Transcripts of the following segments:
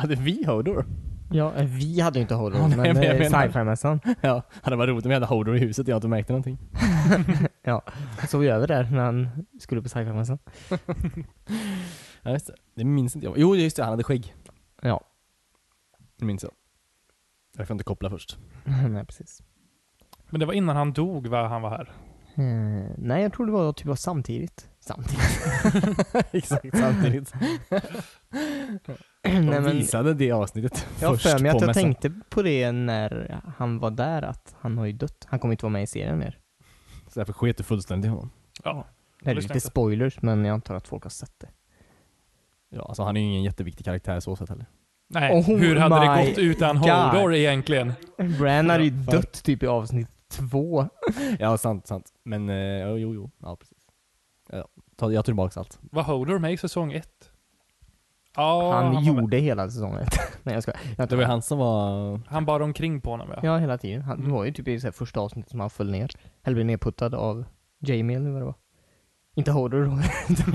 Hade vi Hodor? Ja, vi hade ju inte Hodor, Ja, nej, men men jag menar- sci-fi-mässan. Ja, hade varit roligt om vi hade Hodor i huset och jag inte märkte någonting. Ja, så vi över där när han skulle på sci-fi-mässan. Ja, just det. Det minns inte jag. Jo, just det. Han hade skägg. Ja, Det minns jag. Jag får inte koppla först. nej precis. Men det var innan han dog, va? Han var här. Nej, jag tror det var typ samtidigt. Exakt, samtidigt. Nej, De men visade det avsnittet jag har först för mig att på jag mässan. tänkte på det när han var där, att han har ju dött. Han kommer inte vara med i serien mer. Så därför sket du fullständigt i honom. Ja. Det är Lyssna lite inte. spoilers, men jag antar att folk har sett det. Ja, alltså han är ju ingen jätteviktig karaktär så sätt heller. Nej, Oh hur hade det my gått utan God. Hodor egentligen? Bran hade ju Ja, dött typ i avsnitt 2. Ja, sant. Men, jo. Ja, precis. Ja, jag tar tillbaka allt. Var Hodor med i säsong 1? Ja, Han var med. gjorde hela säsongen. Nej, jag ska. Det var ju han som var... Han bar omkring på honom, ja. Ja, hela tiden. Han var ju typ i så här första avsnittet som han föll ner. Eller blev nedputtad av Jamie eller vad det var. Inte Hodor då.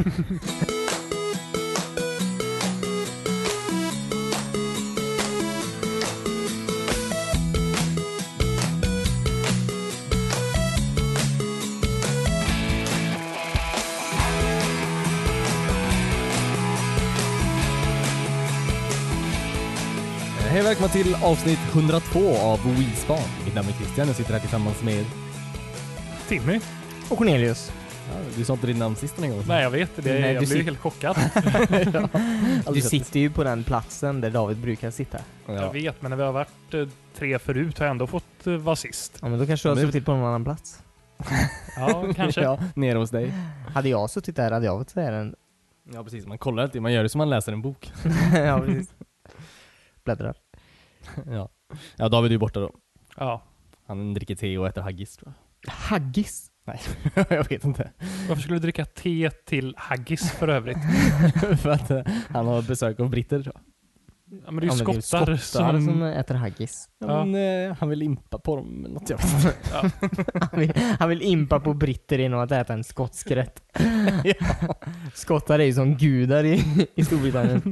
Hej, välkomna till avsnitt 102 av Wispan. Mitt namn är Christian, jag sitter här tillsammans med... Timmy? Och Cornelius. Ja, du sa inte ditt namn sist en gång. Nej, jag vet det. Nej, Jag du blev sit- helt chockad. Du sitter ju på den platsen där David brukar sitta. Jag Ja. vet, men när vi har varit 3 förut har jag ändå fått vara sist. Ja, men då kanske du har Men- suttit på någon annan plats. Ja, kanske. Ja, nere hos dig. Hade jag suttit där hade jag fått säga den. Ja, precis. Man kollar alltid. Man gör det som man läser en bok. Ja, precis. Bläddrar. Ja, David är ju borta då. Ja. Han dricker te och äter haggis, tror Haggis. jag. Jag vet inte. Varför skulle du dricka te till haggis för övrigt? För att han har besök av britter, tror jag. Ja, men det är ju Ja, men det är skottar som äter haggis. Ja, Ja. men, han vill impa på dem eller något, jag vet inte. Han vill impa på britter genom att äta en skotsk rätt. Ja. Skottar är ju som gudar i Storbritannien.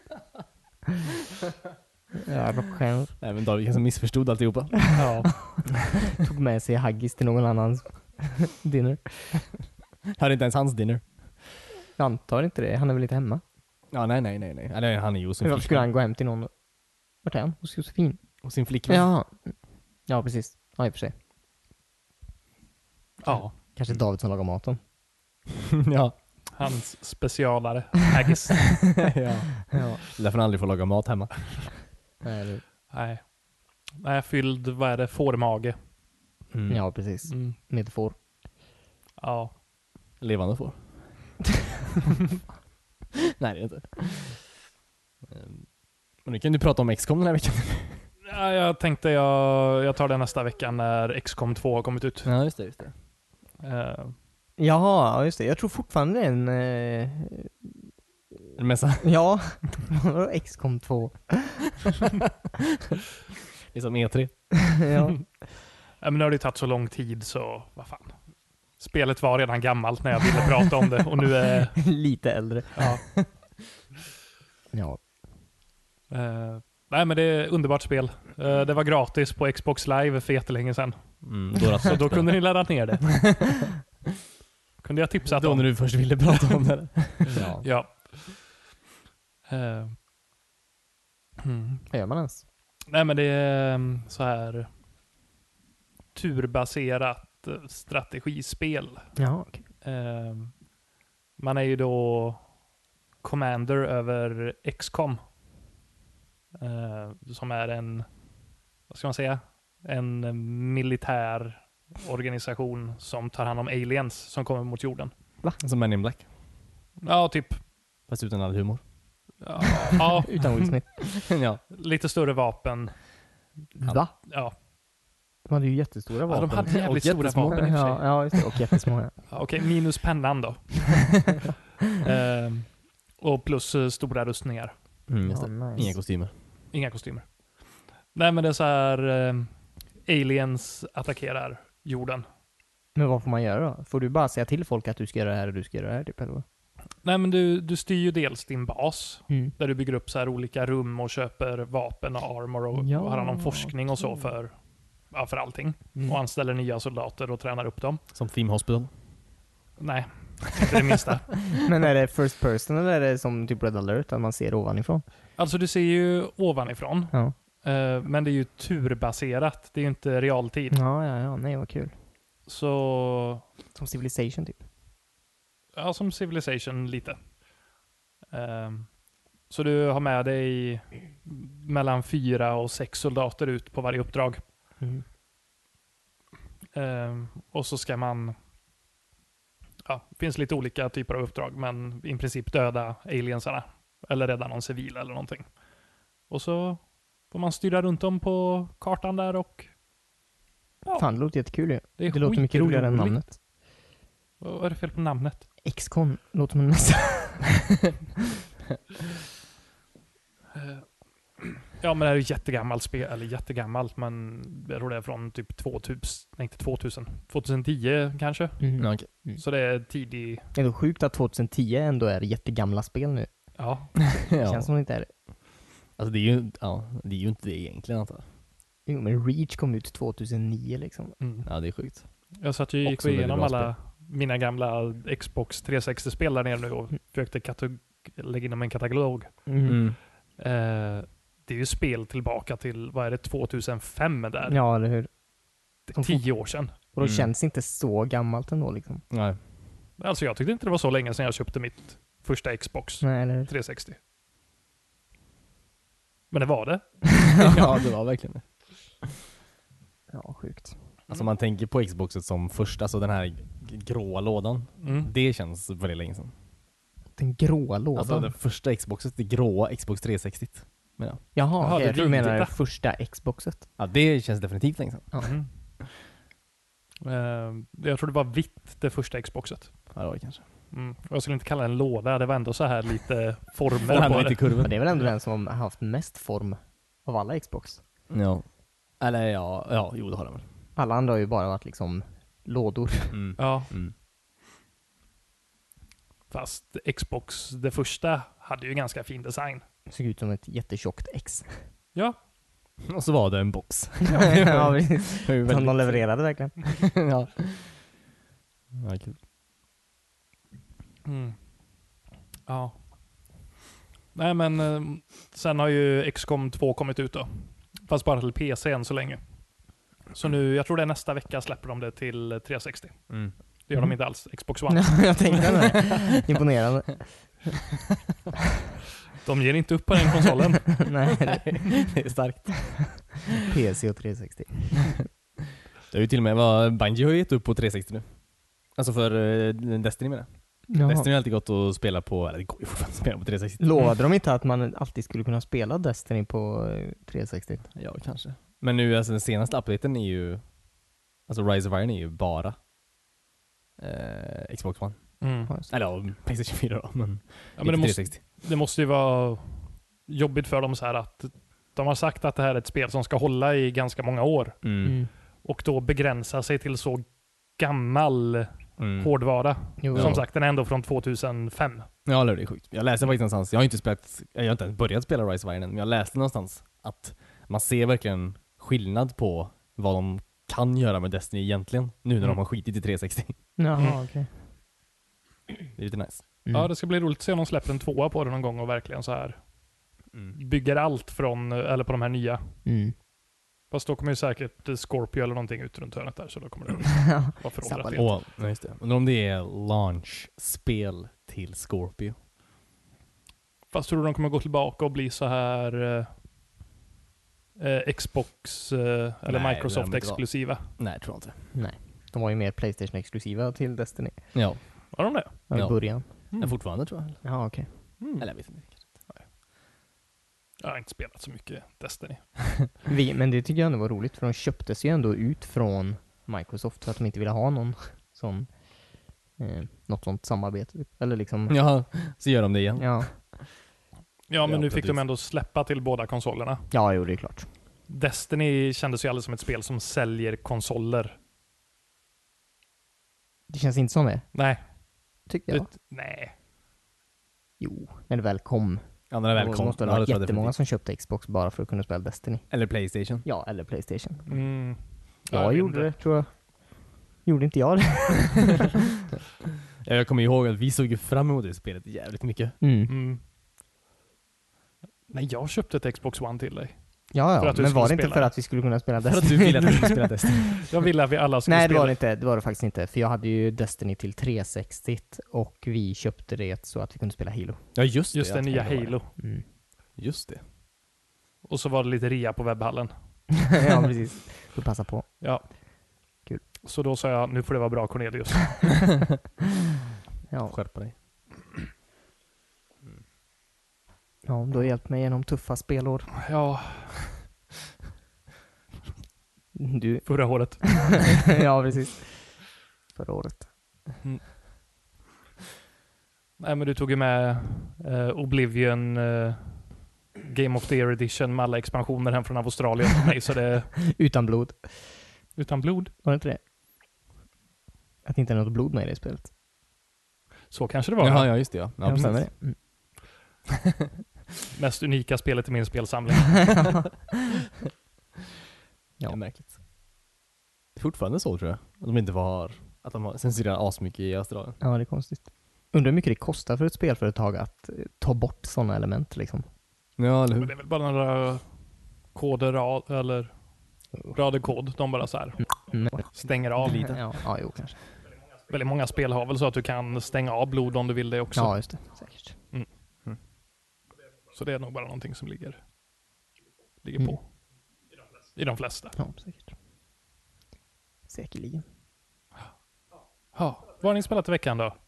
Ja, rockstjärnor. Nej, men David kanske missförstod alltihopa. Ja. Tog med sig haggis till någon annans dinner. Hade inte ens hans dinner. Jag antar inte det. Han är väl inte hemma? Ja, nej. Eller han är ju hos sin Varför skulle flickvän. han gå hem till någon? Vart är han? Hos Josefin? Hos sin flickvän. Ja. Ja, precis. Ja, i och för sig. Ja. Kanske David som lagar maten. Ja. Hans specialare. Haggis. Ja. Ja. Därför han aldrig får laga mat hemma. Eller, Nej. Nej, fylld, vad är det? Fårmage. ja, precis. Mm. Med får. Ja. Levande får. Nej, det är inte. Men nu kan du prata om XCOM den här veckan. Ja, jag tänkte jag tar det nästa vecka när XCOM 2 har kommit ut. Ja, just det. Jaha, just det. Jag tror fortfarande det är en... En mässa. ja, vadå XCOM 2? Det är som E3. Ja. Ja, men nu har det tagit så lång tid så vad fan. Spelet var redan gammalt när jag ville prata om det och nu är... Lite äldre. Ja. Ja. Nej, men det är underbart spel. Det var gratis på Xbox Live för jättelänge sedan. Så då kunde ni ladda ner det. Kunde jag tipsa Då om. när du först ville prata om det. Ja. Ja. Vad gör man ens? Nej, men det är så här turbaserat strategispel. Ja, okej. Man är ju då commander över XCOM. Som är en, vad ska man säga, en militär organisation som tar hand om aliens som kommer mot jorden. Som Men in Black. Ja, typ. Fast utan all humor. Ja, Utan Will Smith. Ja. lite större vapen. Va? Ja, De hade ju jättestora ja vapen. de hade jävligt Och stora jättesmå. vapen i och för sig. Ja, just det. Och jättesmå. Ja. Ja, okej, minus pennan då. Och plus stora rustningar. Just det. nice. Inga kostymer. Inga kostymer. Nej, men det är så här aliens attackerar jorden. Men vad får man göra då? Får du bara säga till folk att du ska göra det här och du ska göra det här typ, eller? Nej, men du styr ju dels din bas, där du bygger upp så här olika rum och köper vapen och armor och har hand om forskning och så för allting. Och anställer nya soldater och tränar upp dem. Som Theme Hospital? Nej, inte det minsta. Men är det first person eller är det som typ Red Alert att man ser ovanifrån? Alltså du ser ju ovanifrån. Ja. Men det är ju turbaserat. Det är ju inte realtid. Ja. Nej, vad kul. Så... Som Civilization typ. Ja, som Civilization lite. Så du har med dig mellan 4 och 6 soldater ut på varje uppdrag. Och så ska man... Ja, det finns lite olika typer av uppdrag, men i princip döda aliensarna. Eller rädda någon civil eller någonting. Och så får man styra runt dem på kartan där och... Ja. Fan, det låter jättekul ju. Det låter mycket roligare än namnet. Vad är det fel på namnet? XCOM låter som nästan... Ja, men det här är ju jättegammalt spel, eller jättegammalt, men jag tror det är från typ 2010 kanske. Okay. Så det är tidig... Det är då sjukt att 2010 ändå är jättegamla spel nu. Ja. Det känns som det inte är det. Alltså det är ju inte det egentligen, antar jag. Jo, men Reach kom ut 2009 liksom. Ja, det är sjukt. Jag satt ju gick igenom alla mina gamla Xbox 360-spel där nere nu och försökte lägga in dem i en katalog. Det är ju spel tillbaka till, vad är det, 2005 där? Ja, eller hur? 10 år sedan. Och då känns det inte så gammalt ändå liksom. Nej. Alltså jag tyckte inte det var så länge sedan jag köpte mitt första Xbox 360. Men det var det. Ja, det var verkligen det. Ja, sjukt. Alltså man tänker på Xboxet som första, alltså den här gråa lådan. Det känns väldigt länge sedan. Den gråa lådan? Alltså det första Xboxet, det gråa Xbox 360. Men ja. Jaha, jag tror du menar det första Xboxet. Ja, det känns definitivt länge sedan. Jag tror det var vitt, det första Xboxet. Ja, det var det kanske. Jag skulle inte kalla det en låda, det var ändå så här lite former på lite det. kurvor. Men det är väl ändå den som har haft mest form av alla Xbox? Ja. Eller jo, det har den väl. Alla andra har ju bara varit liksom lådor. Ja. Fast Xbox, det första, hade ju ganska fin design. Det såg ut som ett jättetjockt X. Ja. Och så var det en box. Ja, precis. Som de levererade verkligen. Ja. Ja, kul. Ja. Nej, men sen har ju XCOM 2 kommit ut då. Fast bara till PC än så länge. Så nu, jag tror det är nästa vecka släpper de det till 360. Det gör de inte alls. Xbox One. Jag tänkte det. Imponerande. De ger inte upp på den konsolen. Nej, det är starkt. PC och 360. Det är ju till och med Bungie har ju gett upp på 360 nu. Alltså för Destiny med det. Destiny har alltid gått att spela på, eller det går ju fortfarande att spela på 360. Lovade de inte att man alltid skulle kunna spela Destiny på 360? Ja, kanske. Men nu, alltså den senaste updaten är ju, alltså Rise of Iron är ju bara Xbox One. Eller ja, PlayStation 4 då, men, men det måste ju vara jobbigt för dem så här att de har sagt att det här är ett spel som ska hålla i ganska många år. Och då begränsa sig till så gammal hårdvara. Som sagt, den är ändå från 2005. Ja, det är sjukt. Jag läste faktiskt någonstans, jag har inte ens börjat spela Rise of Iron, men jag läste någonstans att man ser verkligen skillnad på vad de kan göra med Destiny egentligen, nu när de har skitit i 360. Jaha, okej. Det är lite nice. Ja, det ska bli roligt att se om de släpper en 2 på det någon gång och verkligen så här bygger allt från, eller på de här nya. Fast då kommer ju säkert Scorpio eller någonting ut runt hörnet där, så då kommer det vara föråldrat. Nej, just det. Undrar om det är launch-spel till Scorpio. Fast tror du de kommer gå tillbaka och bli så här Xbox eller Microsoft-exklusiva? Nej, tror jag inte. Nej. De var ju mer PlayStation-exklusiva till Destiny. Ja. Var de det? I början. Men fortfarande tror jag. Ja, okej. Eller jag vet inte. Jag har inte spelat så mycket Destiny. Men det tycker jag ändå var roligt, för de köptes ju ändå ut från Microsoft för att de inte ville ha någon sån något sånt samarbete. Eller liksom... Ja, så gör de det igen. Ja, men nu fick de ändå släppa till båda konsolerna. Ja, jo, det är klart. Destiny kändes ju alldeles som ett spel som säljer konsoler. Det känns inte som det. Nej. Tycker jag. Nej. Jo, när det väl kom. Ja, när det väl Då kom. måste det Ja, vara tror jag jättemånga definitivt. som köpte Xbox bara för att kunna spela Destiny. Eller Playstation. Ja, eller Playstation. Jag Jag vet gjorde inte. det, tror jag. Gjorde inte jag det? Ja, jag kommer ihåg att vi såg ju fram emot det spelet jävligt mycket. Nej, jag köpte ett Xbox One till dig. Ja, För att du men skulle var det inte spela för det? att vi skulle kunna spela För att Destiny? du ville att vi skulle spela Destiny. Jag ville att vi alla skulle Nej, det spela. var det inte. Det var det faktiskt inte. För jag hade ju Destiny till 360 och vi köpte det så att vi kunde spela Halo. Ja, just det. Just det, ja. nya Ja, det var Halo. Mm. det. Just det. Och så var det lite rea på webbhallen. Ja, precis. Du passa på. Ja. Kul. Så då sa jag, nu får det vara bra Cornelius. Ja, Skärpa dig. ja, du har hjälpt mig genom tuffa spelår. Ja, Du... förra året. Ja, precis. Förra året. Nej, men du tog ju med Oblivion Game of the Year Edition med alla expansioner hem från Australien till mig, så det Utan blod. utan blod. Var det inte det? Att det inte är något blod med i det spelet. Så kanske det var. Jaha, ja just det ja. Ja, Ja, precis. stämmer det? Mm. Mest unika spelet i min spelsamling. Ja, märkligt. Det är fortfarande så tror jag. Att de inte har... Att de har censurerat asmycket i Australien. Ja, det är konstigt. Undrar hur mycket det kostar för ett spelföretag att ta bort sådana element liksom. Ja, eller Men hur? det är väl bara några koder eller rader kod. De bara så här Mm. stänger av. Ja, ja, jo kanske. Väldigt många spel har väl så att du kan stänga av blod om du vill det också. Ja, just det. Säkert. Så det är nog bara någonting som ligger Mm. på. I de flesta. Ja, säkert. Säkerligen. Ja. Vad har ni spelat i veckan då?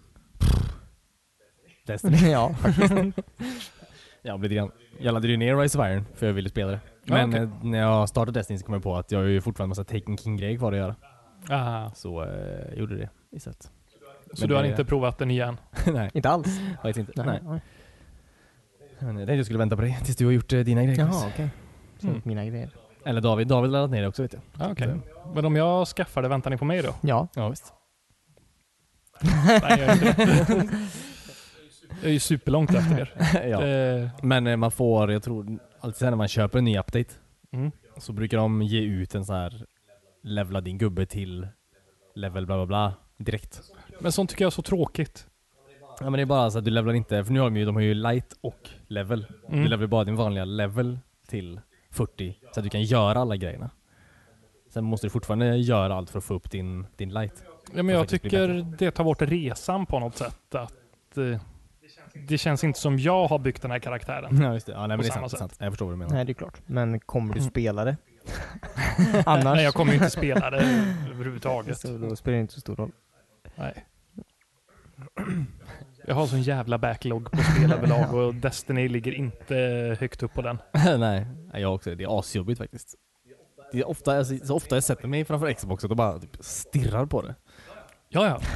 Destiny. Ja, faktiskt. Ja, lite grann. Jag laddade ju ner Rise of Iron för jag ville spela det. Men okej. när jag startade Destiny så kom jag på att jag har ju fortfarande massa Taken King-grejer kvar att göra. Aha. Så jag gjorde det istället. Så Men du har det- inte provat den igen? Nej, Inte alls. faktiskt inte. Nej. Nej. Men jag tänkte jag skulle vänta på dig tills du har gjort dina grejer. Jaha, okej. Så Mm. mina grejer. Eller David laddat ner det också vet jag. Ja, okej. Men om jag skaffar det, väntar ni på mig då? Ja. Ja visst. Nej, jag är inte det. Jag är ju superlångt efter er. Ja. Men man får, jag tror, alltid sen när man köper en ny update Mm. så brukar de ge ut en så här levla din gubbe till level bla bla bla direkt. Men sånt tycker jag är så tråkigt. Ja men det är bara så att du levlar inte, för nu har de har ju light och level. Mm. Du levlar bara din vanliga level till 40 så att du kan göra alla grejerna. Sen måste du fortfarande göra allt för att få upp din light. Ja, men jag faktiskt bli tycker det tar bort resan på något sätt. Att det känns inte som jag har byggt den här karaktären. Ja just det. Ja, nej, men På det är samma sant, sätt. sant. Jag förstår vad du menar. Nej, det är klart. Men kommer du spela det? Annars? Nej, jag kommer ju inte spela det överhuvudtaget. Så då spelar det inte så stor roll. Nej. Jag har sån jävla backlog på spel överlag och Destiny ligger inte högt upp på den. Nej, jag också. Det är asjobbigt faktiskt. Det är ofta, alltså, så ofta jag sätter mig framför Xboxet och bara typ stirrar på det. Ja, ja.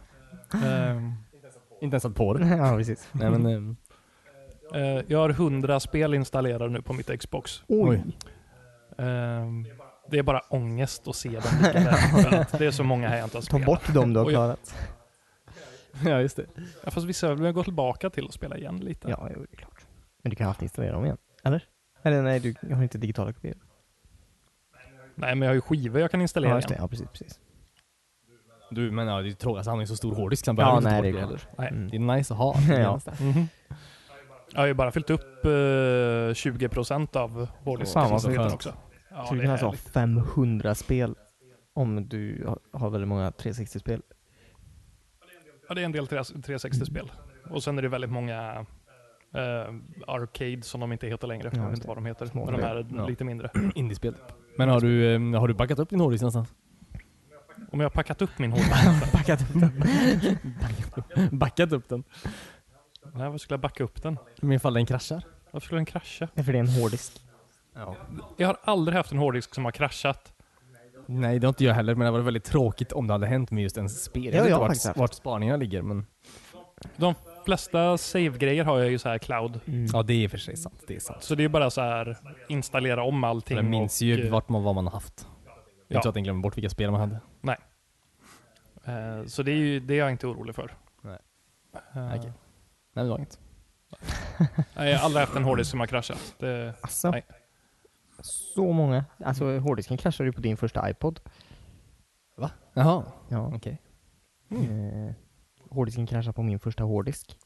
Inte ens satt på det. Ja, precis. Nej men... Jag har 100 spel installerade nu på mitt Xbox. Oj. Det är bara ångest att se dem ligga där. För att det är så många här jag inte har Ta spelat. bort dem du har Och jag- klarat. Ja just det. Ja, fast vissa vill jag gå tillbaka till och spela igen lite. Ja, jo, det är klart. Men du kan alltid installera dem igen. Eller? Eller nej, du har inte digitala kopior. Nej, men jag har ju skivor jag kan installera Ja, just det. igen. Ja, precis. Du men ja, det är tråkigt. Alltså, han har ju så stor hårddisk. Han Ja, behöver nej, inte det är ta klart. bort det Nej. heller. Mm. Det är nice att ha. Ja. Mhm. Jag har ju bara fyllt upp 20% av Fan, vad hårddisken skönt. också. Ja, Så du det kan är alltså ha härligt. 500 spel om du har väldigt många 360-spel. Ja, det är en del 360-spel. Och sen är det väldigt många arcade som de inte heter längre. Ja, Jag vet just inte det. vad de heter. Små Men de här är Ja. lite mindre. Indiespel. Men har du backat upp din hårddisk någonstans? Om jag har packat upp min hårddisk. Backat upp den. Backat upp den? Nej, vad skulle jag backa upp den? I ifall den kraschar? Varför skulle den krascha? För det är en hårddisk. Ja. Jag har aldrig haft en hårddisk som har kraschat. Nej, det har inte jag heller, men det var väldigt tråkigt om det hade hänt med just en spel. Ja, Jag vet jag inte har faktiskt vart, haft. vart spaningarna ligger, men De flesta save-grejer har jag ju så här cloud. Mm. ja, det är för sig sant. Det är sant. Så det är bara så här installera om allting. Jag minns och, ju vad man har haft. Det är ja. inte så att den glömmer bort vilka spel man hade. Så det är jag inte orolig för. Nej. Eh, Okej. Nej, det var inget. Nej, jag har aldrig haft en hårddisk som har kraschat. Alltså, nej. så många. Alltså hårddisken kraschade ju på din första iPod. Va? Jaha, Ja. okej. Hårddisken kraschade på min första hårddisk.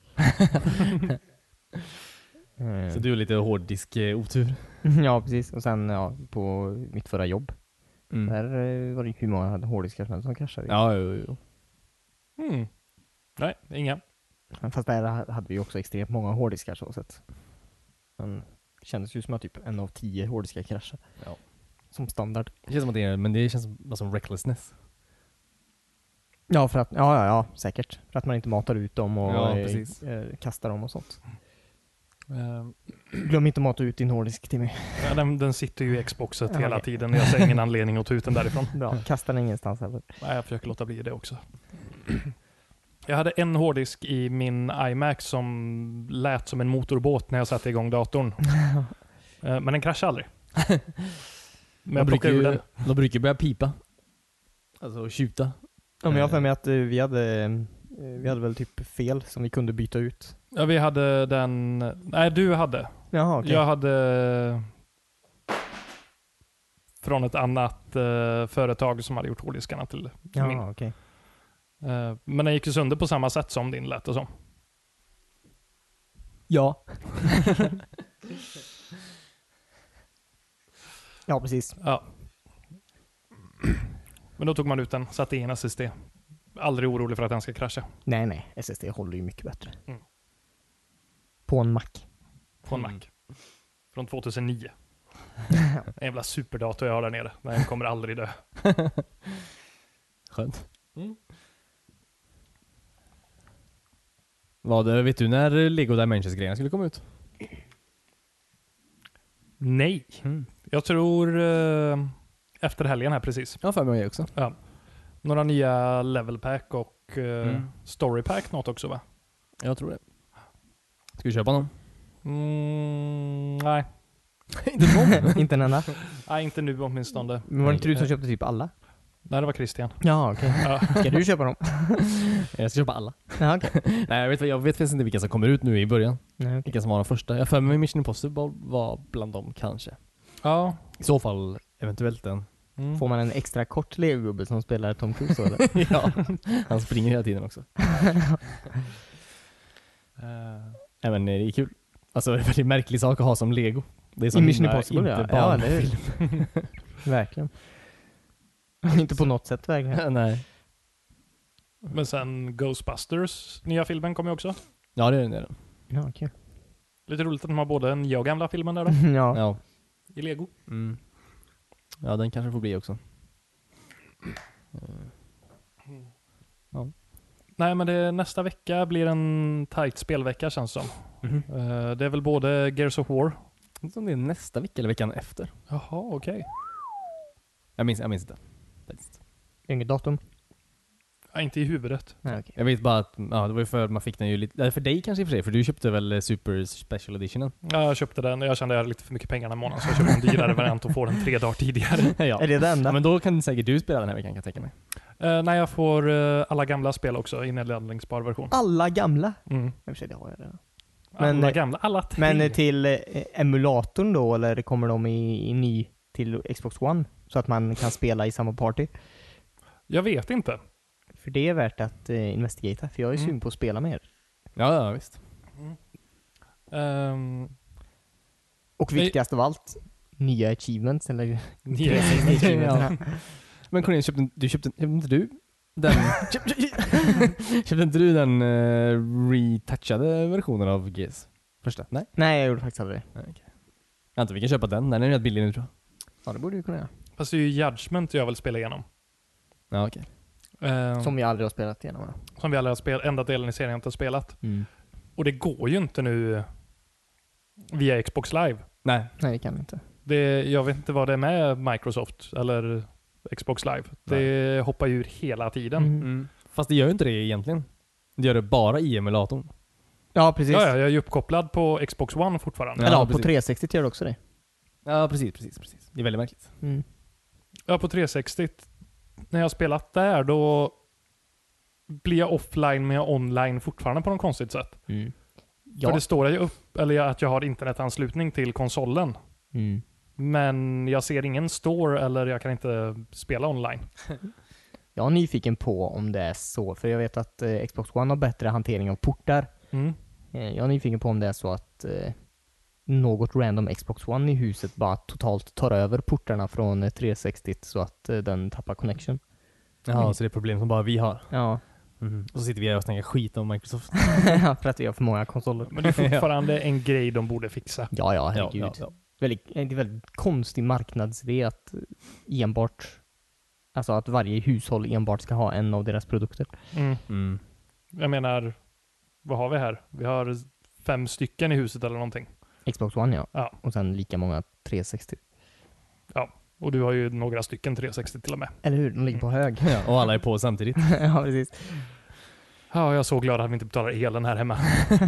Så du har lite hårddisk otur. Ja, precis. Och sen på mitt förra jobb. Mm. Där var det hur många hårddiskar som kraschade. Ja, jo. Nej, inga. Fast där hade vi också extremt många hårddiskar så sett. Men det kändes ju som att typ 1 av 10 hårddiskar kraschade. Ja. Som standard. Det känns som att det är, men det känns bara som recklessness. Ja, för att, ja, säkert. För att man inte matar ut dem och precis. kastar dem och sånt. Uh, Glöm inte att mata ut din hårddisk till mig. ja, den sitter ju i Xboxet hela okej. tiden. Jag ser ingen anledning att ta ut den därifrån. Bra, kasta den ingenstans heller. Nej, jag försöker låta bli det också. Jag hade en hårddisk i min iMac som lät som en motorbåt när jag satte igång datorn. Men den kraschade aldrig. Men jag plockade ur den. De brukar börja pipa. Alltså tjuta. Ja, men jag har för mig att vi hade väl typ fel som vi kunde byta ut. Ja, vi hade den... Nej, du hade. Jaha, okej. Jag hade från ett annat företag som hade gjort hårddiskarna till min. Jaha, okej. Men den gick ju sönder på samma sätt som din lät det som. Ja. Ja, precis. Ja. Men då tog man ut den, satte in SSD. Aldrig orolig för att den ska krascha. Nej, SSD håller ju mycket bättre. Mm. På en Mac. På en Mac. Från 2009. En jävla superdator jag har där nere. Den kommer aldrig dö. Skönt. Vet du när Lego Dimensions-grejerna skulle komma ut? Nej. Jag tror efter helgen här precis. Ja, för mig också. Ja. Några nya level pack och story pack något också, va? Jag tror det. Ska vi köpa någon? Nej. Inte någon? Inte en enda. Nej, inte nu åtminstone. Men var det inte du som köpte typ alla? Nej, det var Christian. Ja, okej. Ja. Ska du köpa dem? Jag ska köpa alla. Ja, okej. Nej, jag vet faktiskt inte vilka som kommer ut nu i början. Nej, okej. Vilka som var de första. Jag för mig Mission Impossible var bland dem kanske. Ja. I så fall eventuellt den. Får man en extra kort legogubbe som spelar Tom Cruise eller? Ja, han springer hela tiden också. Nej, men det är kul. Alltså det är en väldigt märklig sak att ha som Lego. Det är som I Mission Impossible, inte ja. barn. Ja, det är verkligen. Inte på något sätt verkligen. Nej. Men sen Ghostbusters, nya filmen kommer ju också. Ja, det är det. Ja, okej. Lite roligt att de har både nya och gamla filmen där då. Ja. Ja. I Lego. Mm. Ja, den kanske får bli också. Ja. Nej, men nästa vecka blir en tight spelvecka känns som. Det är väl både Gears of War. Som det är nästa vecka eller veckan efter. Jaha, okej. Jag minns inte. Faktiskt. Inget datum? Ja, inte i huvudet. Nej, okej. Jag vet bara att det var ju för att man fick den ju lite... För dig kanske i och för sig, för du köpte väl Super Special Editionen? Ja, jag köpte den och jag kände att jag hade lite för mycket pengar den här månaden så jag köpte en dyrare variant och får den 3 dagar tidigare. Ja. Är det det enda? Ja, men då kan säkert du spela den här veckan kan jag tänka mig. Nej, jag får alla gamla spel också i nedladdningsbar version. Alla gamla? Mm. I och för sig, det har jag redan. Alla Men- gamla, alla 3. Men till emulatorn då, eller kommer de i ny till Xbox One? Så att man kan spela i samma party? Jag vet inte. För det är värt att investigata, för jag är sugen på att spela med er. Ja, visst. Och viktigast av allt, nya achievements, eller Nya achievementsna. Men Cornelius, köpte inte du den... köpte inte du den retouchade versionen av GS? Första? Nej? Nej, jag gjorde faktiskt aldrig det. Nej, okay. Jag antar vi kan köpa den. Den är rätt billig nu tror jag. Ja, det borde du kunna göra. Fast det är ju Judgment jag vill spela igenom. Ja, okej. Som jag aldrig har spelat igenom. Ja. Som vi aldrig har spelat, enda delen i serien jag inte har spelat. Och det går ju inte nu via Xbox Live. Nej. Nej, det kan vi inte. Jag vet inte vad det är med Microsoft eller Xbox Live. Det hoppar ju ur hela tiden. Fast det gör ju inte det egentligen. Det gör det bara i emulatorn. Ja, precis. Ja, jag är ju uppkopplad på Xbox One fortfarande. Eller ja, på precis. 360 gör det också det. Ja, precis. Det är väldigt märkligt. Ja, på 360. När jag har spelat där, då blir jag offline men jag online fortfarande på något konstigt sätt. För det står ju upp, eller att jag har internetanslutning till konsolen. Mm. Men jag ser ingen store eller jag kan inte spela online. Jag är nyfiken på om det är så, för jag vet att Xbox One har bättre hantering av portar. Mm. Jag är nyfiken på om det är så att något random Xbox One i huset bara totalt tar över portarna från 360 så att den tappar connection. Ja, så det är problem som bara vi har. Ja, Och så sitter vi här och snackar skit om Microsoft. för att vi har för många konsoler. Men det är fortfarande en grej de borde fixa. Ja, herregud. Ja. Det är väldigt konstig marknadsidé att enbart, alltså att varje hushåll enbart ska ha en av deras produkter. Mm. Jag menar, vad har vi här? Vi har 5 stycken i huset eller någonting. Xbox One, Ja. Och sen lika många 360. Och du har ju några stycken 360 till och med. Eller hur? De ligger på hög. Ja, och alla är på samtidigt. Ja, precis. Ja, jag är så glad att vi inte betalar elen här hemma.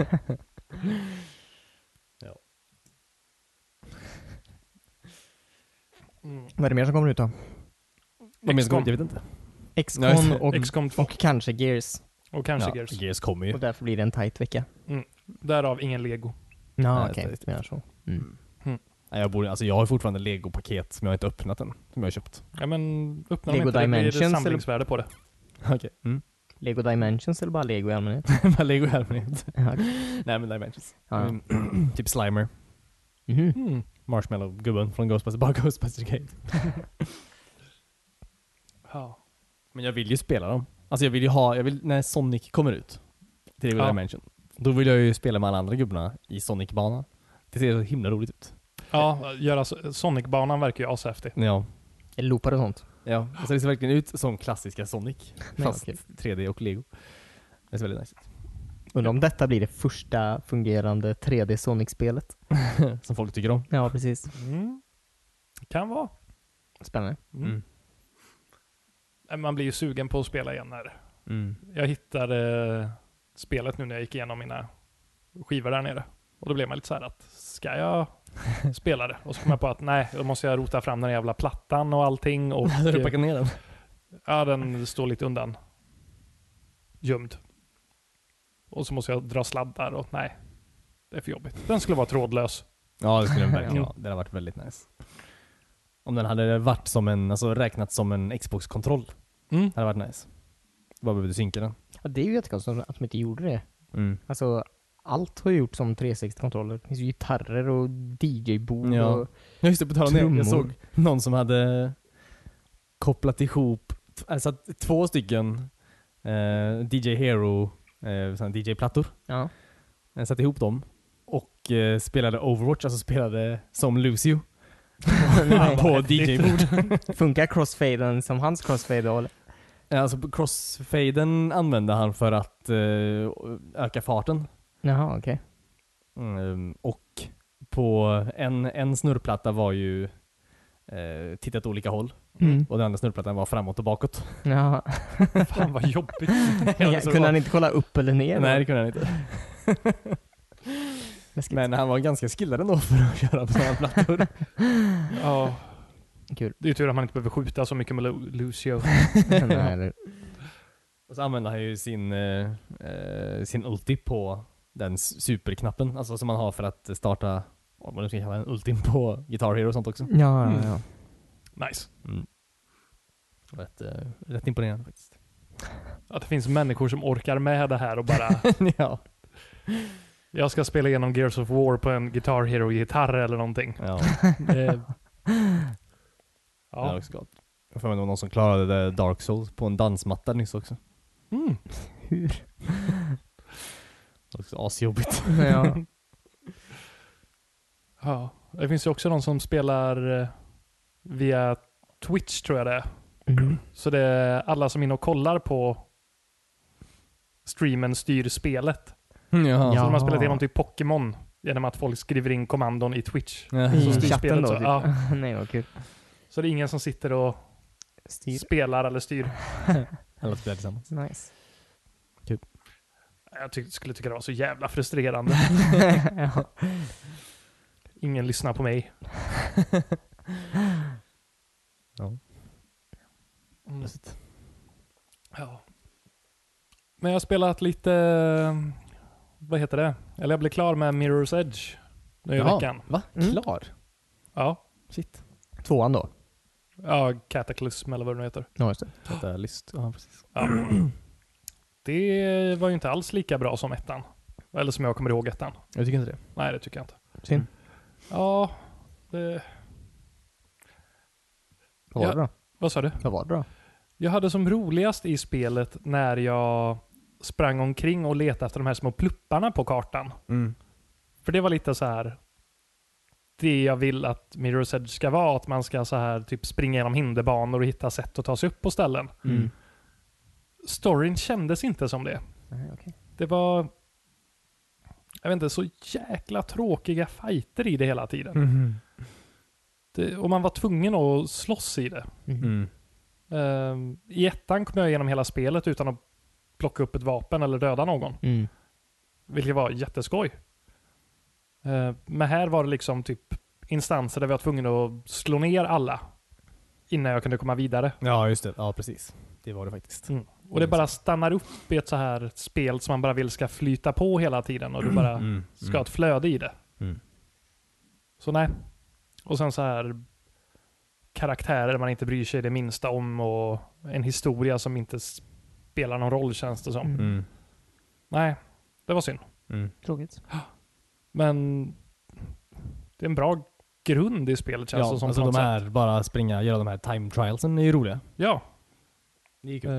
Ja. Vad är det mer som kommer ut då? XCOM. Jag vet inte. XCOM och, XCOM 2 och kanske Gears. och kanske Gears. Gears kommer ju. Och därför blir det en tight vecka. Därav ingen Lego. Ja, Nej, okej. det- Du menar så. Nej, jag har fortfarande Lego-paket som jag inte öppnat än. Som jag har köpt. Ja, men öppna Lego dem inte. Det blir Dimensions, samlingsvärde på det. Okej. Lego Dimensions eller bara Lego i allmänhet? Bara Lego i allmänhet. Ja, Nej, men Dimensions. Ja. Typ Slimer. Mhm. Marshmallow-gubben från Ghostbusters. Bara Ghostbusters Gate. Ja. Men jag vill ju spela dem. Alltså när Sonic kommer ut till Lego Ja. Dimension. Då vill jag ju spela med alla andra gubbarna i Sonic-banan. Det ser så himla roligt ut. Ja, Sonic-banan verkar ju ashäftig. Ja. Eller loopar och sånt. Ja, alltså det ser verkligen ut som klassiska Sonic. Nej, Fast okej. 3D och Lego. Det ser väldigt nice ut. Undrar om detta blir det första fungerande 3D Sonic-spelet. Som folk tycker om. Ja, precis. Kan vara. Spännande. Man blir ju sugen på att spela igen här. Jag hittade spelet nu när jag gick igenom mina skivor där nere. Och då blev man lite så här att, ska jag spela det? Och så kom jag på att nej, då måste jag rota fram den jävla plattan och allting. Och, Hade du packat ner den? ja, den står lite undan. Gömd. Och så måste jag dra sladdar och nej. Det är för jobbigt. Den skulle vara trådlös. Ja, det skulle den verkligen vara. Det hade varit väldigt nice. Om den hade varit som räknat som en Xbox-kontroll. Hade det varit nice. Bara behövde synka den. Ja, det är ju jättekonstigt att de inte gjorde det. Mm. Alltså, allt har ju gjort som 360-kontroller. Det finns ju gitarrer och DJ-bord Ja. och... Ja, just det, på tal om det. Trummor. Jag såg någon som hade kopplat ihop, alltså 2 stycken DJ Hero DJ-plattor. Ja. Satt ihop dem och spelade Overwatch, alltså spelade som Lucio. På DJ-bord. Funkar crossfaden som hans crossfade då? eller? Alltså crossfaden använde han för att öka farten. Jaha, okej. Och på en snurrplatta var ju tittat åt olika håll. Och den andra snurrplattan var framåt och bakåt. Ja. Fan vad jobbigt. Kunde han inte kolla upp eller ner? Nej, det kunde han inte. Men han var ganska skillad ändå för att köra på sådana plattor. Ja. Kul. Det är ju tur att man inte behöver skjuta så mycket med Lucio. Nej, eller... Och så använde han ju sin ulti på den superknappen. Alltså som man har för att starta, vad man nu ska kalla en ultim på Guitar Hero och sånt också. Ja. Nice. Rätt imponerande faktiskt. Att det finns människor som orkar med det här och bara Ja. jag ska spela igenom Gears of War på en Guitar Hero-gitarr eller någonting. Ja. Ja. Det är också gott. Jag får med någon som klarade det Dark Souls på en dansmatta nyss också. Hur? Det var också asjobbigt. Ja. Ja. Det finns ju också någon som spelar via Twitch tror jag det är. Så det är alla som är inne och kollar på streamen styr spelet. Ja. Så de har spelat igenom typ Pokémon genom att folk skriver in kommandon i Twitch. I Så styr chatten spelet då? så. Typ. Ja. Nej, vad kul. Så det är ingen som sitter och spelar eller styr. Alla spelar tillsammans. Nice. Jag skulle tycka det var så jävla frustrerande. Ja. Ingen lyssnar på mig. Ja. Ja. Men jag har spelat lite vad heter det? Eller jag blev klar med Mirror's Edge nu i veckan. Va? Mm. Klar? Ja. Shit. 2:an då? Ja, Cataclysm eller vad det nu heter. Ja, just det. Catalyst. Ja, precis. Ja. Det var ju inte alls lika bra som ettan. Eller som jag kommer ihåg ettan. Jag tycker inte det. Nej, det tycker jag inte. Synd. Ja, det... Vad var det då? Vad sa du? Vad var det då? Jag hade som roligast i spelet när jag sprang omkring och letade efter de här små plupparna på kartan. Mm. För det var lite så här det jag vill att Mirror's Edge ska vara, att man ska så här typ springa genom hinderbanor och hitta sätt att ta sig upp på ställen. Mm. Storyn kändes inte som det. Nej, okej. Det var, jag vet inte, så jäkla tråkiga fighter i det hela tiden. Mm. Och man var tvungen att slåss i det. Mm. I ettan kom jag igenom hela spelet utan att plocka upp ett vapen eller döda någon. Mm. Vilket var jätteskoj. Men här var det liksom typ instanser där vi var tvungna att slå ner alla innan jag kunde komma vidare. Ja, just det. Ja, precis. Det var det faktiskt. Mm. Och det bara stannar upp i ett så här spel som man bara vill ska flyta på hela tiden och du bara ska ha ett flöde i det. Mm. Så nej. Och sen så här karaktärer man inte bryr sig det minsta om och en historia som inte spelar någon roll, känns det som. Mm. Nej, det var synd. Mm. Tråkigt. Men det är en bra grund i spelet, känns Ja, det som. alltså på något de sätt. här, bara springa, göra de här time trialsen är ju roliga. Ja. Det är kul.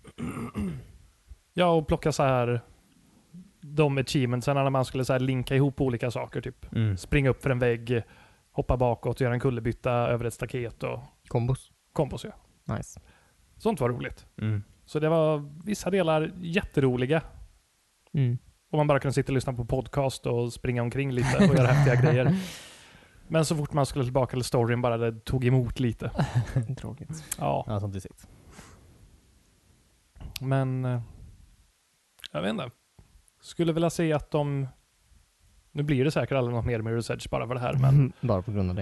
Ja, och plocka så här de achievementsen när man skulle så här linka ihop olika saker. Typ Mm. springa upp för en vägg, hoppa bakåt, göra en kullerbytta över ett staket och Kombos. kompos. Ja. Nice. Sånt var roligt. Mm. Så det var vissa delar jätteroliga. Mm. Och man bara kunde sitta och lyssna på podcast och springa omkring lite och göra häftiga grejer. Men så fort man skulle tillbaka till storyn bara det tog emot lite. Tråkigt. Ja, Ja, sånt är sikt. men jag vet inte. Skulle vilja se att de... Nu blir det säkert aldrig något mer Mirror's Edge bara för det här, men Bara på grund av det.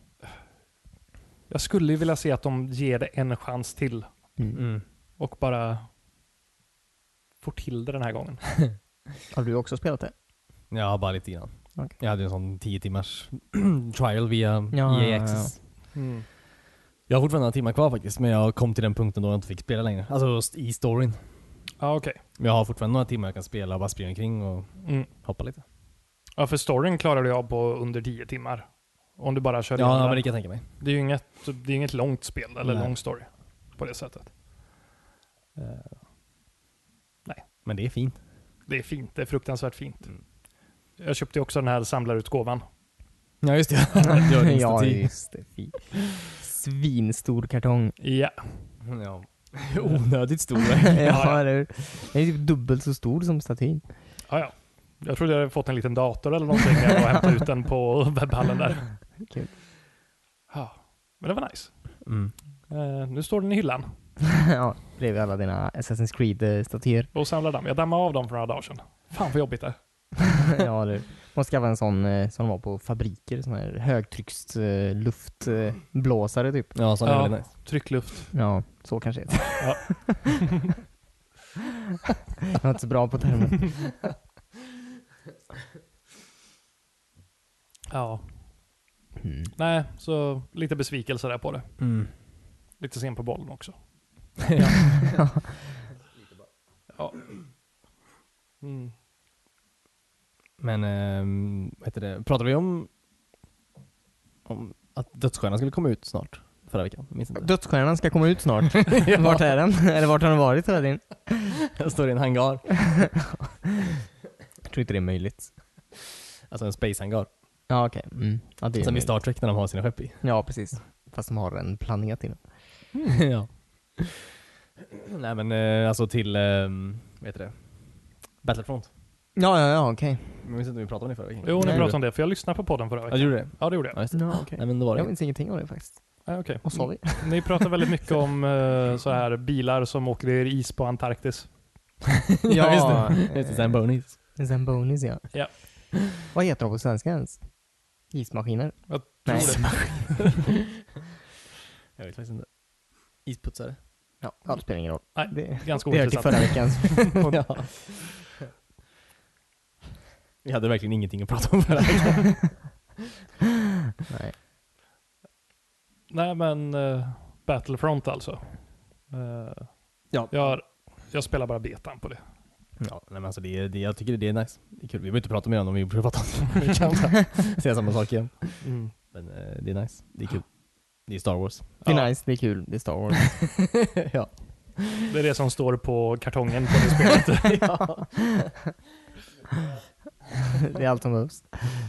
jag skulle ju vilja se att de ger det en chans till Mm. Mm. och bara får till det den här gången. Har du också spelat det? Ja, bara lite grann. Okej. Jag hade en sån 10 timmars trial via Ja, EA ja, Access. Mm. Jag har fortfarande några timmar kvar faktiskt, men jag kom till den punkten då jag inte fick spela längre. Alltså i storyn. Ja, okej. Men jag har fortfarande några timmar jag kan spela och bara springa omkring och Mm. hoppa lite. Ja, för storyn klarade jag på under 10 timmar. Om du bara kör Ja, igenom men den. det kan jag tänka mig. Det är ju inget långt spel eller Nej. lång story på det sättet. Men det är fint. Det är fint. Det är fruktansvärt fint. Mm. Jag köpte ju också den här samlarutgåvan. Ja, just det. Gör det Ja, instativ. just det. Fint. Svinstor kartong. Ja. Ja. Onödigt stor. Ja, eller hur? Den är typ dubbelt så stor som statyn. Ja. Jag trodde jag hade fått en liten dator eller någonting när jag hämtade ut den på webbhallen där. Kul. Ja. Men det var nice. Mm. Nu står den i hyllan Ja, bredvid alla dina Assassin's Creed-statyer. och samlar damm. Jag dammade av dem för några dagar sedan. Fan vad jobbigt det. Ja, du måste skaffa en sån som de var på fabriker, sån här högtrycks luftblåsare typ. Ja, sån är Ja. väldigt nice. Tryckluft. Ja, så kanske det är. Ja. Jag är inte så bra på termen. Ja. Mm. Nej, så lite besvikelse där på det. Mm. Lite sen på bollen också. Ja. Ja. Mm. Men, vad heter det? Pratade vi om att Dödsstjärnan skulle komma ut snart? Förra veckan? Minns inte. Dödsstjärnan ska komma ut snart. Vart är den? Eller vart har den varit hela tiden? Jag står i en hangar. Jag tror inte det är möjligt. Alltså en space-hangar. Ja, okej. Mm. Ja, det är Som i möjligt. Star Trek när de har sina skepp i. Ja, precis. Fast de har en planet i den. Ja. Nej men alltså till, vad heter det? Battlefront. Ja, okej. Men jag minns inte om vi pratade om det förra veckan. Jo, ni Nej. pratade om det, för jag lyssnade på podden förra Ja, veckan. du gjorde det? Ja, det gjorde jag. Ja, just det. Ja, okej. Nej men då var det. Jag minns ingenting av det faktiskt. Ja, okej. Vad sa vi? Ni pratar väldigt mycket om så här bilar som åker i is på Antarktis. Ja, just det. Just det, Zambonis. Zambonis, ja. Ja. Vad heter de på svenska ens? Ismaskiner? Jag Nej. tror det. Jag vet faktiskt inte. Isputsare. Ja, det spelar ingen roll. Nej, Det ganska hör till ointressant. förra veckans podd. Ja. Vi hade verkligen ingenting att prata om för det här. Nej. Nej men Battlefront alltså. Ja. Jag spelar bara betan på det. Ja, nej, men alltså jag tycker det är nice. Det är kul. Vi behöver inte prata mer om vi borde prata om det. Vi kan säga samma sak igen. Men det är nice. Det är kul. Det är Star Wars. Det är nice, det är kul, det är Star Wars. Ja. Det är det som står på kartongen på det spelet. Ja. Det är allt som behövs.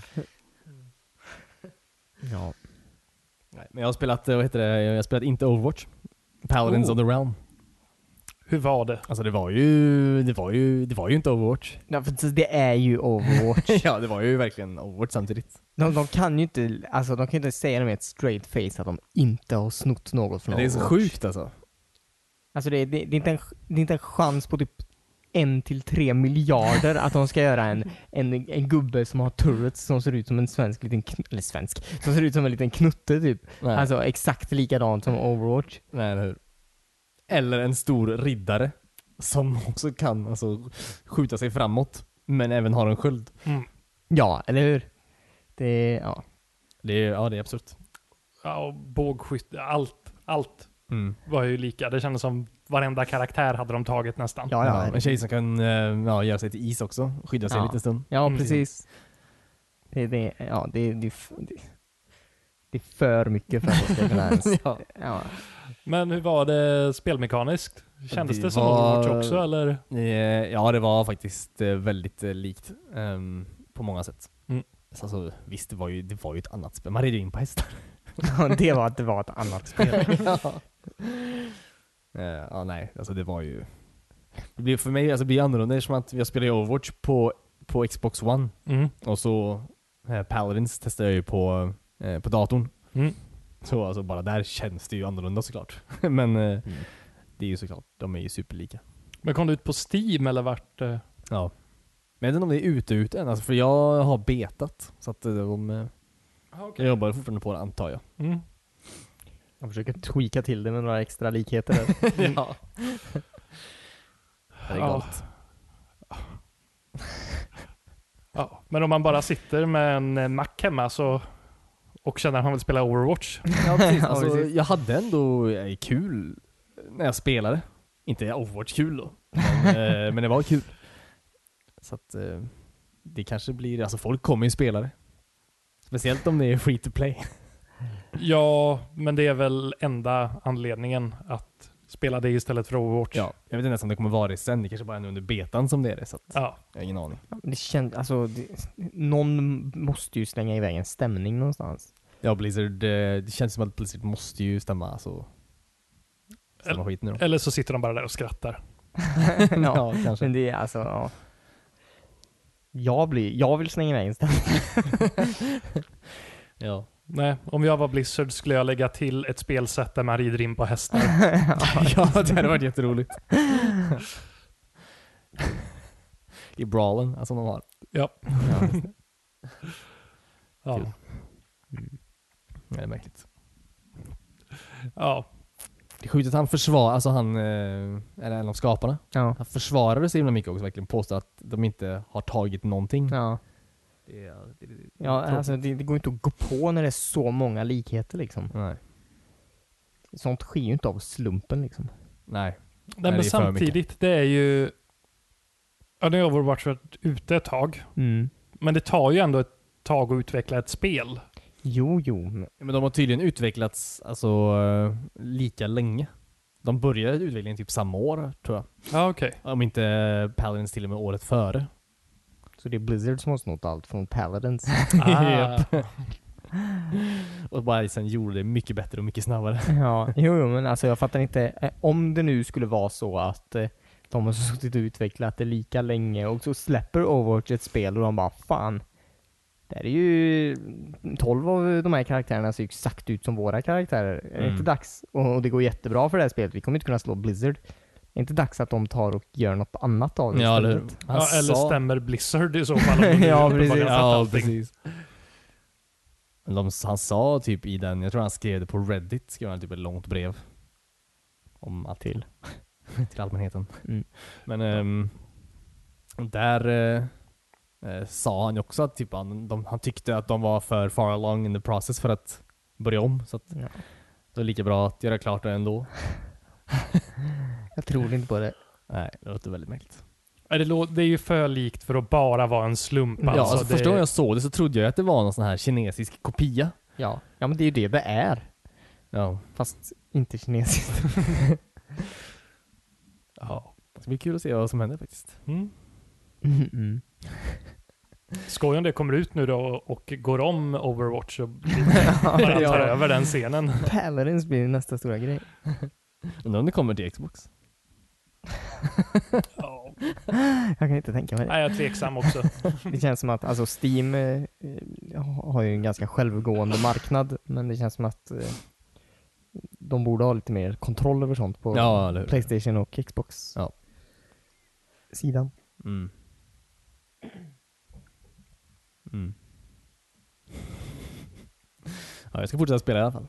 Ja. Nej, men jag har spelat, vad heter det? Jag har spelat inte Overwatch. Paladins of the Realm. Hur var det? Alltså det var ju inte Overwatch. Ja, för det är ju Overwatch. Ja, det var ju verkligen Overwatch samtidigt. De kan ju inte, alltså de kan inte säga det med ett straight face att de inte har snott något från Men det är Overwatch. så sjukt alltså. Alltså det är inte en chans på typ 1-3 miljarder att de ska göra en gubbe som har turrets som ser ut som en svensk liten som ser ut som en liten knutte typ. Nej. Alltså exakt likadant som Overwatch. Nej, eller hur? Eller en stor riddare som också kan alltså skjuta sig framåt men även har en sköld. Ja, eller hur? Det Det är absurt. Ja, och bågskytte, allt var ju lika. Det kändes som varenda karaktär hade de tagit nästan. Ja, en tjej som kan göra sig till is också, skydda sig en liten stund. Ja, precis. Det är för mycket för att det ska kunna ens. Ja. Men hur var det spelmekaniskt? Kändes det som Overwatch också eller? Ja, det var faktiskt väldigt likt på många sätt. Alltså, visst, det var ju ett annat spel. Man red in på hästar. Det var ett annat spel. Ja, nej, alltså det var ju... Det blir för mig, alltså det blir annorlunda. Det är som att jag spelar Overwatch på Xbox One. Och så Paladins testar jag ju på datorn. Så alltså bara där känns det ju annorlunda såklart. Men det är ju såklart, de är ju superlika. Men kom du ut på Steam eller vart? Ja. Men jag vet inte om det är ute än, alltså, för jag har betat. Så att jag jobbar fortfarande på det, antar jag. Jag försöker tweaka till det med några extra likheter där. Ja. Det är galet. Ja, men om man bara sitter med en Mac hemma och känner att man vill spela Overwatch. Ja, precis. Alltså, jag hade ändå kul när jag spelade. Inte Overwatch kul då. Men det var kul. Så att det kanske blir... Alltså folk kommer ju spela det. Speciellt om det är free to play. Ja, men det är väl enda anledningen att spela det istället för Overwatch. Ja, jag vet inte ens om det kommer vara det sen. Det kanske bara är under betan som det är det. Så att ja. Jag har ingen aning. Det känns, alltså, någon måste ju slänga iväg en stämning någonstans. Ja, Blizzard, det känns som att Blizzard måste ju stämma skit nu då. Eller så sitter de bara där och skrattar. Ja, kanske. Men det är alltså, ja. Jag vill slänga iväg en stämning. Ja. Nej, om jag var Blizzard skulle jag lägga till ett spelsätt där man rider in på hästar. Ja, det hade varit jätteroligt. I brawlen, alltså de har. Ja. Ja. Det är märkligt. Ja. Det är sjukt att han försvarar, alltså han är en av skaparna. Ja. Han försvarade sig himla mycket också, verkligen påstår att de inte har tagit någonting. Ja. Ja, alltså det går inte att gå på när det är så många likheter liksom. Nej. Sånt sker ju inte av slumpen liksom. Nej. Nej, men samtidigt, det är ju... Ja, det har Overwatch varit ute ett tag. Men det tar ju ändå ett tag att utveckla ett spel. Jo. Men de har tydligen utvecklats alltså lika länge. De började utvecklingen typ samma år, tror jag. Ja, okej. Om inte Paladins till och med året före. Så det är Blizzard som har snott allt från Paladins. Och bara sen gjorde det mycket bättre och mycket snabbare. Ja, jo, men alltså jag fattar inte. Om det nu skulle vara så att de har suttit och utvecklat det lika länge och så släpper Overwatch ett spel och de bara, fan, det är ju 12 av de här karaktärerna ser ju exakt ut som våra karaktärer. Är det inte dags? Och det går jättebra för det här spelet. Vi kommer inte kunna slå Blizzard. Är inte dags att de tar och gör något annat av det istället? Eller stämmer Blizzard i så fall. Ja, precis. Han sa typ i den, jag tror han skrev det på Reddit, skrev han typ ett långt brev om att till allmänheten. Men där sa han ju också att typ, han tyckte att de var för far along in the process för att börja om. Så att det är lika bra att göra klart det ändå. Jag tror inte på det. Nej, det låter väldigt märkligt. Det är ju för likt för att bara vara en slump. Ja, alltså första gången jag såg det så trodde jag att det var någon sån här kinesisk kopia. Ja, men det är ju det är. Ja. Fast inte kinesiskt. Ja. Det ska bli kul att se vad som händer faktiskt. Skoj om det kommer ut nu då och går om Overwatch och bara tar över den scenen. Paladins blir nästa stora grej. Undrar om det kommer till Xbox. Ja. Jag kan inte tänka mig det. Nej, jag är tveksam också. Det känns som att alltså Steam har ju en ganska självgående marknad, men det känns som att de borde ha lite mer kontroll över sånt på PlayStation och Xbox sidan. Ja, jag ska fortsätta spela i alla fall.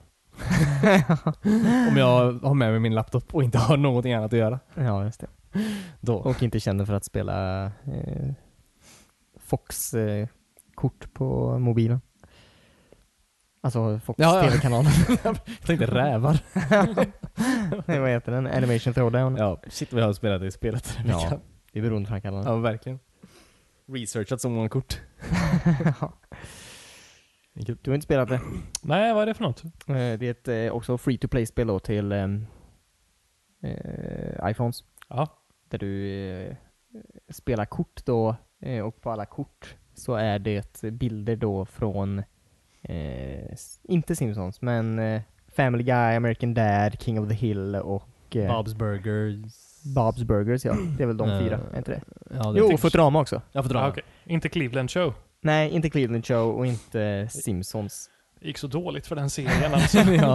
Om jag har med mig min laptop och inte har någonting annat att göra. Ja, just det. Då. Och inte känner för att spela Fox-kort på mobilen. Alltså Fox TV-kanalen. Jag tänkte rävar. Nej, vad heter den? Animation Throwdown. Ja, shit vad jag har spelat i spelet. Ja, det är beroendeframkallande. Ja, verkligen. Researchat så många kort. Du har inte spelat det? Nej, vad är det för något? Det är ett också free-to-play-spel då till iPhones. Ja. Där du spelar kort då, och på alla kort så är det bilder då från inte Simpsons, men Family Guy, American Dad, King of the Hill och Bob's Burgers, ja. Det är väl de fyra, är inte det? Ja, Jo, Futurama också. Ja, Futurama. Okay. Inte Cleveland Show. Nej, inte Cleveland Show och inte Simpsons. Det gick så dåligt för den serien alltså.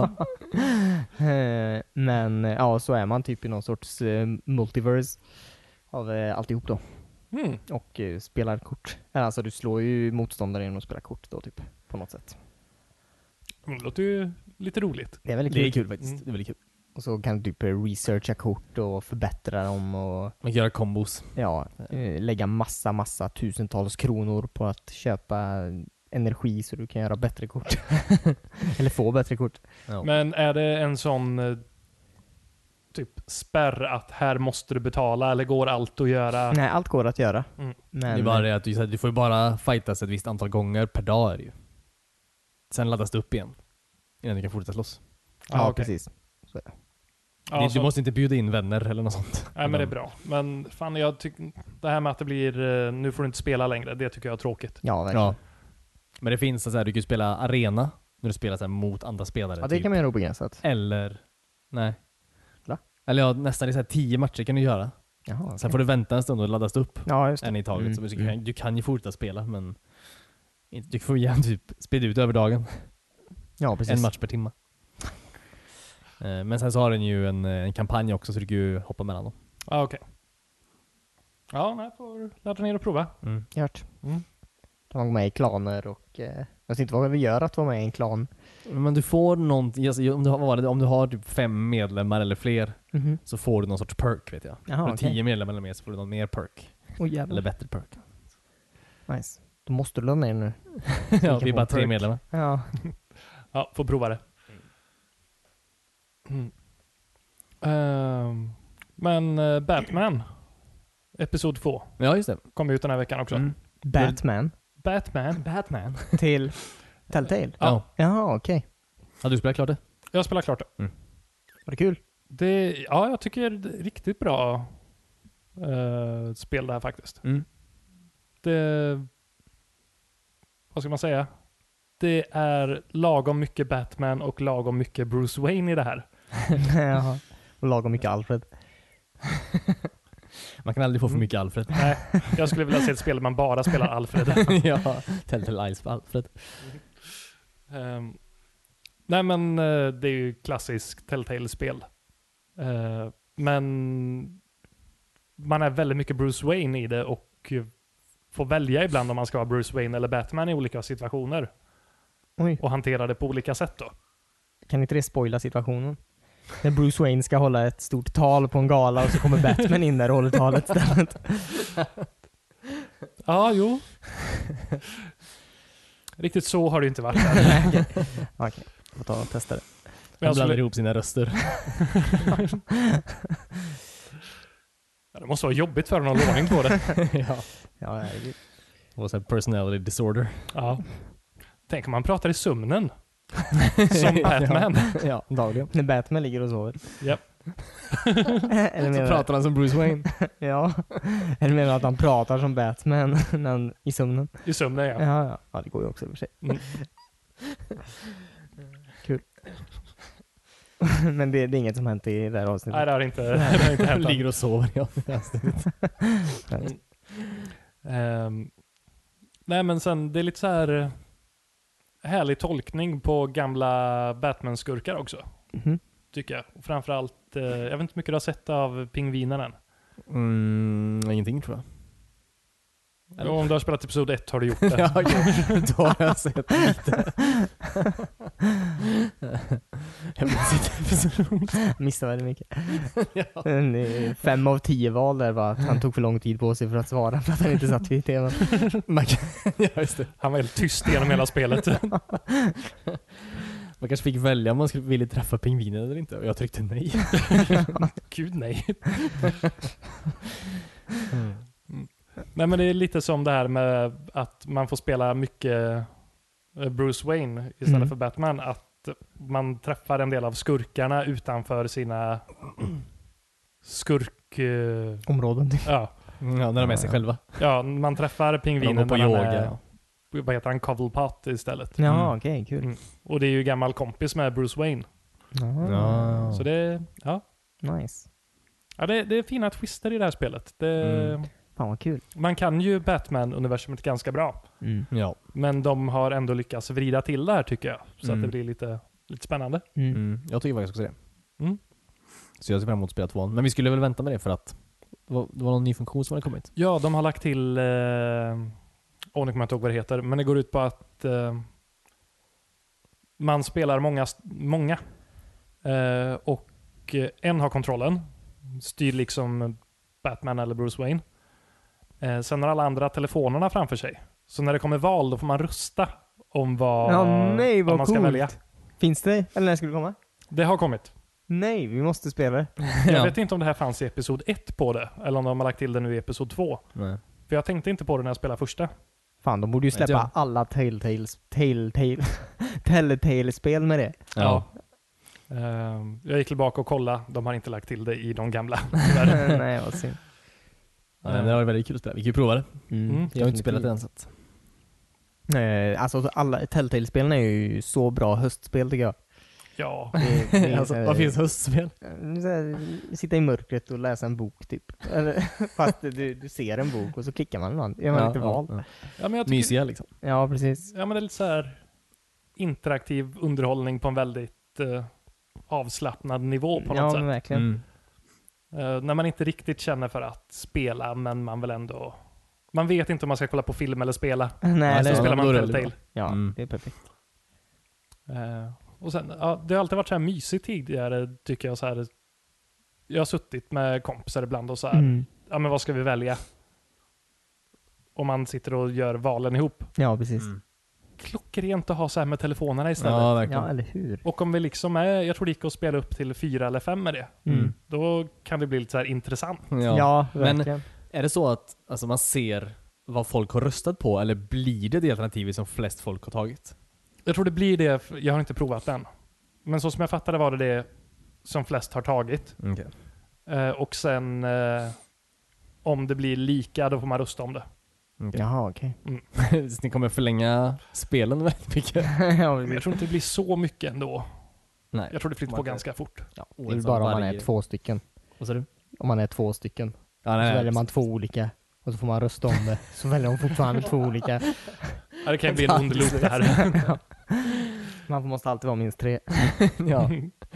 Men ja, så är man typ i någon sorts multiverse av alltihop då. Och spelar kort. Alltså du slår ju motståndare genom att spela kort då typ, på något sätt. Det låter ju lite roligt. Det är väldigt kul. Det är kul faktiskt. Det är väldigt kul. Och så kan du typ researcha kort och förbättra dem och göra kombos. Ja, lägga massa tusentals kronor på att köpa energi så du kan göra bättre kort. Eller få bättre kort. Ja. Men är det en sån typ spärr att här måste du betala, eller går allt att göra? Nej, allt går att göra. Men det är bara det att du får ju bara fightas ett visst antal gånger per dag är det ju. Sen laddas det upp igen innan du kan fortsätta slåss. Ja, precis. Så. Ja, du måste inte bjuda in vänner eller något sånt. Nej, men det är bra. Men fan, jag tycker det här med att det blir nu får du inte spela längre, det tycker jag är tråkigt. Ja, verkligen. Ja. Men det finns så här, du kan ju spela arena när du spelar så här, mot andra spelare. Ja, det kan man göra obegränsat. Eller nej. Va? Eller ja, nästan i så här 10 matcher kan du göra. Jaha, okay. Sen får du vänta en stund och laddas upp. Ja, just det. En i taget. Så du kan ju fortsätta spela, men du får gärna typ spela ut över dagen. Ja, precis. En match per timme. Men sen så har den ju en kampanj också, så du kan ju hoppa mellan dem. Ja, okej. Ja, jag får ladda ner och prova. Gjort. Kan man gå med i klaner och jag vet inte vad vi gör att vara med i en klan. Men du får någonting, alltså, om du har typ 5 medlemmar eller fler, så får du någon sorts perk, vet jag. Jaha, om du 10 medlemmar eller mer så får du någon mer perk. Eller bättre perk. Nice. Då måste du ladda ner nu. Ja, vi är bara 3 medlemmar. Ja. Ja, får prova det. Men Batman Episod 2. Ja, just det. Kom ut den här veckan också. Batman till Telltale. Ja. Jaha, okej. Har du spelat klart det? Jag har spelat klart det. Var det kul? Ja, jag tycker det är riktigt bra spel det här faktiskt. Vad ska man säga? Det är lagom mycket Batman och lagom mycket Bruce Wayne i det här. Ja, och lagom mycket Alfred. Man kan aldrig få för mycket Alfred. Nej, jag skulle vilja se ett spel där man bara spelar Alfred. Ja, Telltale Eyes på Alfred. Nej, men det är ju klassiskt Telltale-spel. Men man är väldigt mycket Bruce Wayne i det och får välja ibland om man ska vara Bruce Wayne eller Batman i olika situationer. Oj. Och hantera det på olika sätt då. Kan inte det spoila situationen? När Bruce Wayne ska hålla ett stort tal på en gala och så kommer Batman in där och håller talet istället. Ja, jo. Riktigt så har det inte varit. Okej, får ta och testa det. Men Han blandar ihop sina röster. Ja, det måste vara jobbigt för honom att ha ordning på det. Ja, herregud. Och så här personality disorder. Ja. Tänk om man pratar i sömnen. Som Batman. Ja, dagligen. När Batman ligger och sover. Japp. Eller Så menar pratar han som Bruce Wayne. Ja. Eller menar att han pratar som Batman när han, i sömnen. I sömnen, ja. Ja, det går ju också i och för sig. Mm. Kul. Men det är inget som hänt i det här avsnittet. Nej, det har inte hänt. Han ligger och sover. Ja. Nej, men sen det är lite så här härlig tolkning på gamla Batman-skurkar också, Mhm. tycker jag. Och framförallt, jag vet inte hur mycket du har sett av Pingvinen än. Ingenting tror jag. Eller? Om du har spelat episod 1 har du gjort det. Ja, okej. Då har jag sett lite. Jag vill sitta Missade väldigt mycket. Ja. 5 av 10 val där var att han tog för lång tid på sig för att svara för att han inte satt vid tvn. Ja, just det. Han var helt tyst genom hela spelet. Man kanske fick välja om man skulle vilja träffa pingvinen eller inte. Och jag tryckte nej. Gud, nej. Nej, men det är lite som det här med att man får spela mycket Bruce Wayne istället för Batman. Att man träffar en del av skurkarna utanför sina Områden. Ja. Ja, när de är sig själva. Ja, man träffar De pingvinen går på när han yoga. är, vad heter han, Cobblepot istället. Ja, okej, kul. Mm. Och det är ju gammal kompis med Bruce Wayne. Ja. Så det, ja. Nice. Ja, det är fina twister i det här spelet. Fan vad kul. Man kan ju Batman-universumet ganska bra. Ja. Men de har ändå lyckats vrida till det här, tycker jag. Så att det blir lite spännande. Jag tycker faktiskt också det. Mm. Så jag ser fram emot att spela 2. Men vi skulle väl vänta med det för att det var någon ny funktion som hade kommit. Ja, de har lagt till nu kommer jag inte ihåg vad det heter, men det går ut på att man spelar många och en har kontrollen, styr liksom Batman eller Bruce Wayne. Sen har alla andra telefonerna framför sig. Så när det kommer val, då får man rösta om vad, vad man ska coolt. välja. Finns det? Eller när ska det komma? Det har kommit. Nej, vi måste spela det. Jag vet inte om det här fanns i episod 1 på det, eller om de har lagt till det nu i episod 2. Nej. För jag tänkte inte på det när jag spelade första. Fan, de borde ju släppa alla Telltale-spel med det. Ja. Jag gick tillbaka och kollade. De har inte lagt till det i de gamla. Nej, vad synd. Ja, det var väldigt kul att spela. Vi kan ju prova det. Jag har inte spelat det än så att... Alltså alla Telltale-spelen är ju så bra höstspel tycker jag. Ja. Det är Alltså, vad finns höstspel? Sitta i mörkret och läsa en bok typ. Eller, fast du ser en bok och så klickar man någon. Gör man lite val. Ja, men jag tycker, Mysiga liksom. Ja, precis. ja, men det är lite så här interaktiv underhållning på en väldigt avslappnad nivå på något Ja, sätt. men verkligen. När man inte riktigt känner för att spela, men man vill ändå... Man vet inte om man ska kolla på film eller spela. Nej, Så det spelar man då är det Telltale. Ja, det är perfekt. Och sen, ja, det har alltid varit så här mysigt tidigare, tycker jag. Så här, jag har suttit med kompisar ibland och så här, ja men vad ska vi välja? Och man sitter och gör valen ihop. Ja, precis. Klockrent att ha så här med telefonerna istället. Ja, verkligen. Ja, eller hur? Och om vi liksom är, jag tror det gick att spela upp till 4 eller 5 med det. Då kan det bli lite så här intressant. Ja, verkligen. Men är det så att alltså, man ser vad folk har röstat på, eller blir det alternativet som flest folk har tagit? Jag tror det blir det, jag har inte provat den. Men så som jag fattade var det som flest har tagit. Okay. Och sen om det blir lika, då får man rösta om det. Okay. Jaha, okej. Så ni kommer förlänga spelen väldigt mycket? Ja, Men jag tror inte det blir så mycket ändå. Nej. Jag tror det flyttar på ganska fort. Ja, det är bara om man är 2 stycken. Vad sa du? Om man är 2 stycken. Ja, Så nej, väljer man 2 olika. Och så får man rösta om det. Så väljer de fortfarande 2 olika. Ja, det kan ju bli en ond loop det här. Ja. Man måste alltid vara minst 3. Ja.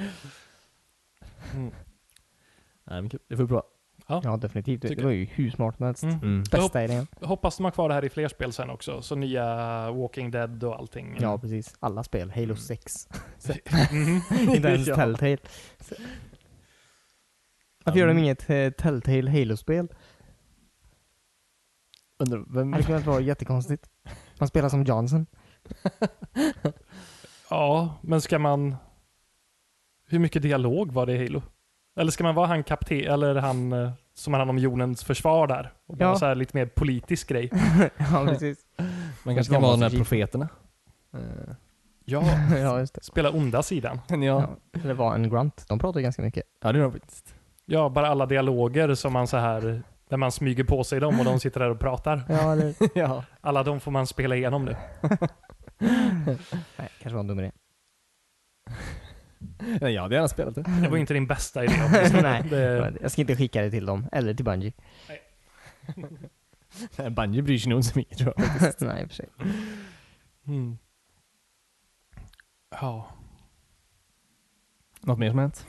Nej, men kul. Det får vi prova. Ja, definitivt. Tycker Det var ju hur smart som helst. Bästa idén. Jag hoppas de har kvar det här i fler spel sen också. Så nya Walking Dead och allting. Ja, precis. Alla spel. Halo 6. Mhm. Inte ens Ja. Telltale. Varför gör de inget Telltale Halo-spel? Undrar, vem... Det skulle vara jättekonstigt. Man spelar som Johnson. Ja, men ska man... Hur mycket dialog var det i Halo? Eller ska man vara han kapten, eller han som har hand om jonens försvar där? Och bara så här lite mer politisk grej. Ja, precis. Man kanske kan vara de här profeterna. Ja, Ja, just det. spela onda sidan. Ja. Det var en grunt. De pratar ju ganska mycket. Ja, det är faktiskt. Ja, bara alla dialoger som man så här... Där man smyger på sig dem och de sitter där och pratar. Ja, det... Ja. Alla de får man spela igenom nu. Nej, kanske var en dum idé. Nej, jag hade gärna spelat det. Det var inte din bästa idé. Nej, Det... jag ska inte skicka det till dem. Eller till Bungie. Bungie bryr sig nog inte så mycket, tror jag. Faktiskt. Nej, i och för sig. Mm. Ja. Något mer som hänt?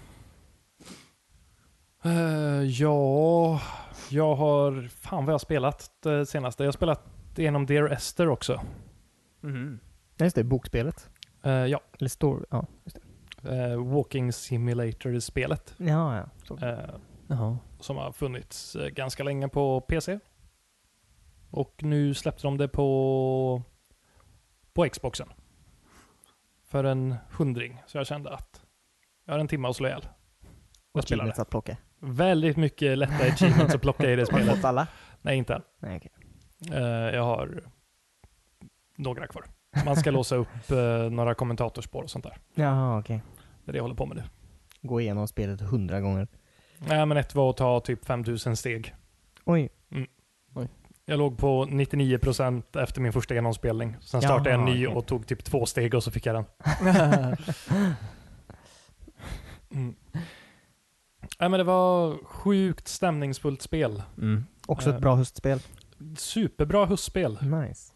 Ja, jag har... Fan vad jag har spelat det senaste. Jag har spelat igenom Dear Esther också. Just det, bokspelet. Ja, Eller story. Ja, just det. Walking Simulator-spelet. Ja. Så. Jaha. Som har funnits ganska länge på PC. Och nu släppte de det på Xboxen. För en 100. Så jag kände att jag har en timme att slå ihjäl. Jag spelar det. Att plocka. Väldigt mycket lätta achievements att plocka i det Har du spelet. fått alla? Nej, inte än. Nej, okej. Jag har några kvar. Man ska låsa upp några kommentatorspår och sånt där. Jaha, okej. Det är det jag håller på med nu. Gå igenom spelet 100 gånger. Nej, men ett var att ta typ 5000 steg. Oj. Jag låg på 99% efter min första genomspelning. Sen startade jag en ny och tog typ 2 steg och så fick jag den. Nej, men det var sjukt stämningsfullt spel. Också ett bra höstspel. Superbra höstspel. Nice.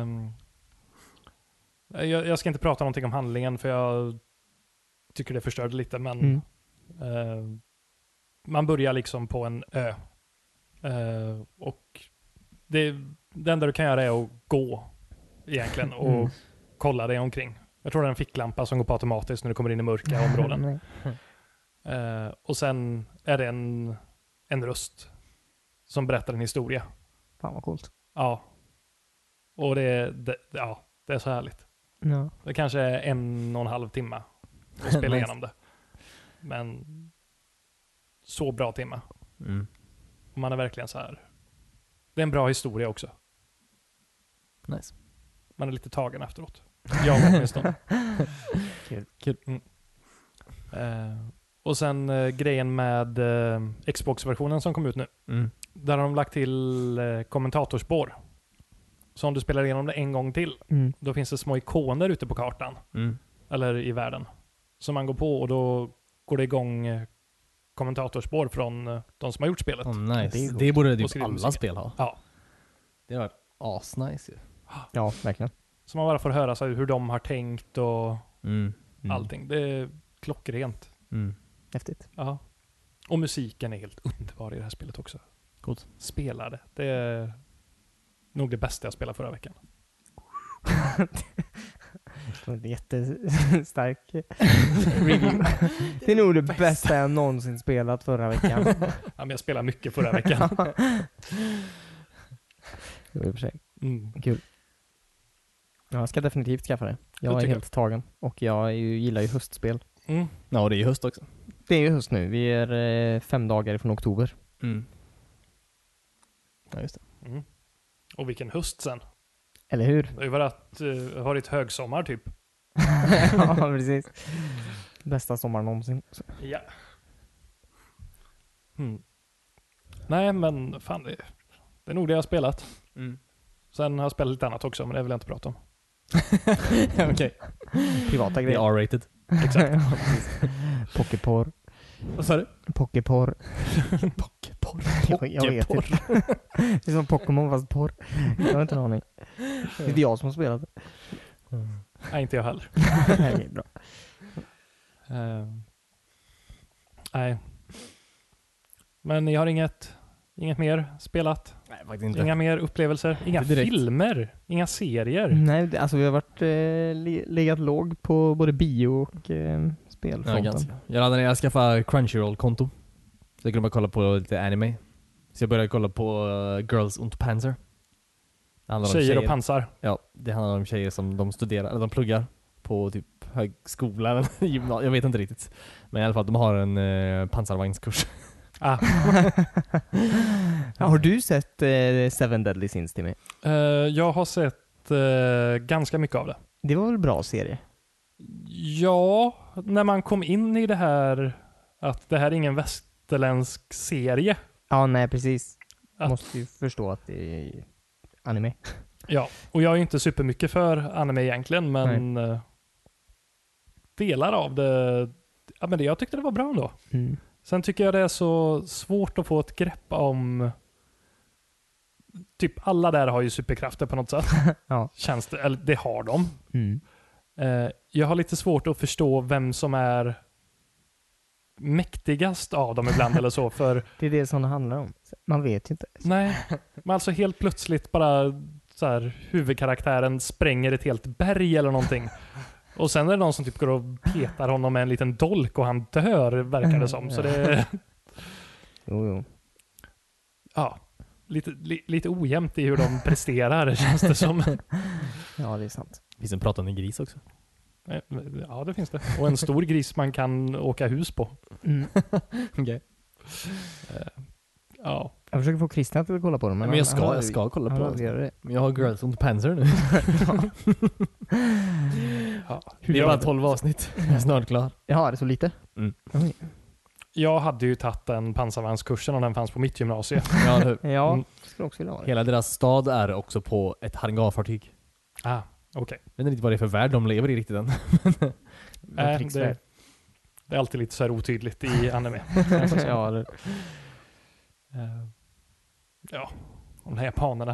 Jag ska inte prata någonting om handlingen för jag tycker det förstörde lite, men man börjar liksom på en ö. Och det enda du kan göra är att gå egentligen och kolla dig omkring. Jag tror det är en ficklampa som går på automatiskt när du kommer in i mörka områden. Och sen är det en röst som berättar en historia. Fan vad coolt. Ja. Och det är så härligt. Ja. Det kanske är 1,5 timme att spela igenom det. Men så bra timme. Och man är verkligen så här. Det är en bra historia också. Nice. Man är lite tagen efteråt. Jag åtminstone. Kul. Och sen grejen med Xbox-versionen som kom ut nu. Där har de lagt till kommentatorspår. Så om du spelar igenom det en gång till, då finns det små ikoner ute på kartan. Eller i världen. Som man går på och då går det igång kommentatorspår från de som har gjort spelet. Nice. Det borde typ alla musik. spel ha. Ja. Det var asnice ju. Ja, verkligen. Så man bara får höra så här hur de har tänkt och allting. Det är klockrent. Häftigt. Ja. Och musiken är helt underbar i det här spelet också. Coolt. Spelade. Det är nog det bästa jag spelade förra veckan. Det var en jättestark review. Det är nog det bästa jag någonsin spelat förra veckan. Ja, men jag spelade mycket förra veckan. Det var i och för sig. Kul. Ja, jag ska definitivt skaffa det. Jag är helt tagen. Och jag gillar ju höstspel. Ja, det är ju höst också. Det är ju höst nu. Vi är 5 dagar ifrån oktober. Ja, just det. Och vilken höst sen. Eller hur? Det har ju varit högsommar typ. Ja, precis. Bästa sommar någonsin. Ja. Nej, men fan det är nog det jag har spelat. Sen har jag spelat lite annat också, men det vill jag inte prata om. Okej. Privata Det är grejer. R-rated. Exakt. Poképorr. Vad sa du? Poképorr. Poképorr. Jag vet inte. Det är som Pokémon fast porr. Jag har inte en aning. Det är inte jag som har spelat det. Nej, inte jag heller. Nej, bra. Nej. Men ni har inget mer spelat? Nej, faktiskt inte. Inga mer upplevelser? Inga Inte direkt. filmer? Inga serier? Nej, alltså vi har varit legat låg på både bio och spelfronten. Ja, ganska. Jag skaffade Crunchyroll-konto. Så jag kunde bara kolla på lite anime. Så jag började kolla på Girls und Panzer. Det handlar om Tjejer och pansar. Ja, det handlar om tjejer som de studerar, eller de pluggar på typ högskola eller gymnasium, jag vet inte riktigt. Men i alla fall, de har en pansarvagnskurs. Har du sett Seven Deadly Sins, Timmy? Jag har sett ganska mycket av det. Det var väl en bra serie? Ja, när man kom in i det här att det här är ingen västerländsk serie. Ja, nej precis. Att- Måste ju förstå att det är anime. Ja, och jag är inte supermycket för anime egentligen, men delar av det, ja, men jag tyckte det var bra ändå. Mm. Sen tycker jag det är så svårt att få ett grepp om typ alla där har ju superkrafter på något sätt. Ja. Känns det, eller det har de. Mm. Jag har lite svårt att förstå vem som är mäktigast av dem ibland eller så, för Det är det som det handlar om. Man vet ju inte. nej, men alltså helt plötsligt bara så här, huvudkaraktären spränger ett helt berg eller någonting. Och sen är det någon som typ går och petar honom med en liten dolk och han dör, verkar det som. Så det Jo. ja, lite ojämnt i hur de presterar, känns det som. Ja, det är sant. Det finns en pratande gris också. Ja, det finns det. Och en stor gris man kan åka hus på. Mm. Okej. Ja. Jag försöker få Christian till att kolla på dem. Men jag ska kolla på det. det. Men jag har Girls on Panzer nu. Ja. Det är bara 12 avsnitt. Jag är snart klar. Ja, det är så lite. Mm. Oj. Jag hade ju tagit den pansarvagnskursen om den fanns på mitt gymnasium. Ja, eller hur? Ja, Mm. skulle också vilja ha det. Hela deras stad är också på ett hangarfartyg. Okej. Jag vet inte riktigt vad det är för värld de lever i riktigt än. Krigsvärld. Det är alltid lite så här otydligt i anime. Ja, eller... Ja, de här japanerna.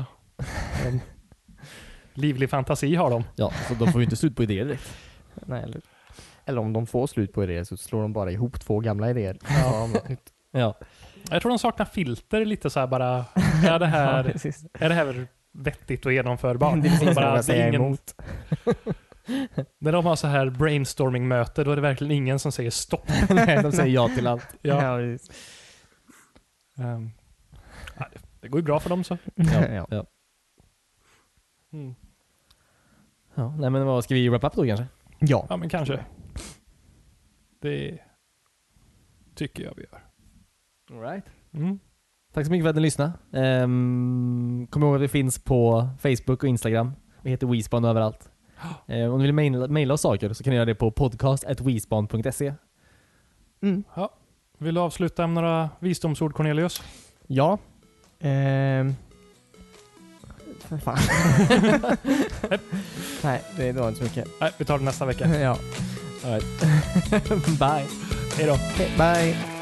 Livlig fantasi har de. Ja, så de får ju inte slut på idéer direkt. Nej, eller om de får slut på idéer så slår de bara ihop två gamla idéer. Ja. Jag tror de saknar filter lite så här bara. Är det Ja, precis. här vettigt och genomförbart? Det finns Bara, något att säga ingen, emot. när de har så här brainstorming-möte, då är det verkligen ingen som säger stopp. Nej, de säger ja till allt. Ja. Ja, precis. Det går ju bra för dem så. Ja. Ja. Mm. Ja, nej men vad ska vi wrap up då kanske? Ja. Ja, men kanske. Det tycker jag vi gör. All right. Mm. Tack så mycket för att ni lyssnade. Kom ihåg att vi finns på Facebook och Instagram. Vi heter WeSpawn överallt. Om ni vill mejla oss saker så kan ni göra det på podcast@wespawn.se. Mm. Ja. Vill du avsluta med några visdomsord, Cornelius? Ja. För fan. Nej, det var inte så mycket. Nej, vi tar det nästa vecka. Ja. All right. Bye. Hej då. Okay, bye.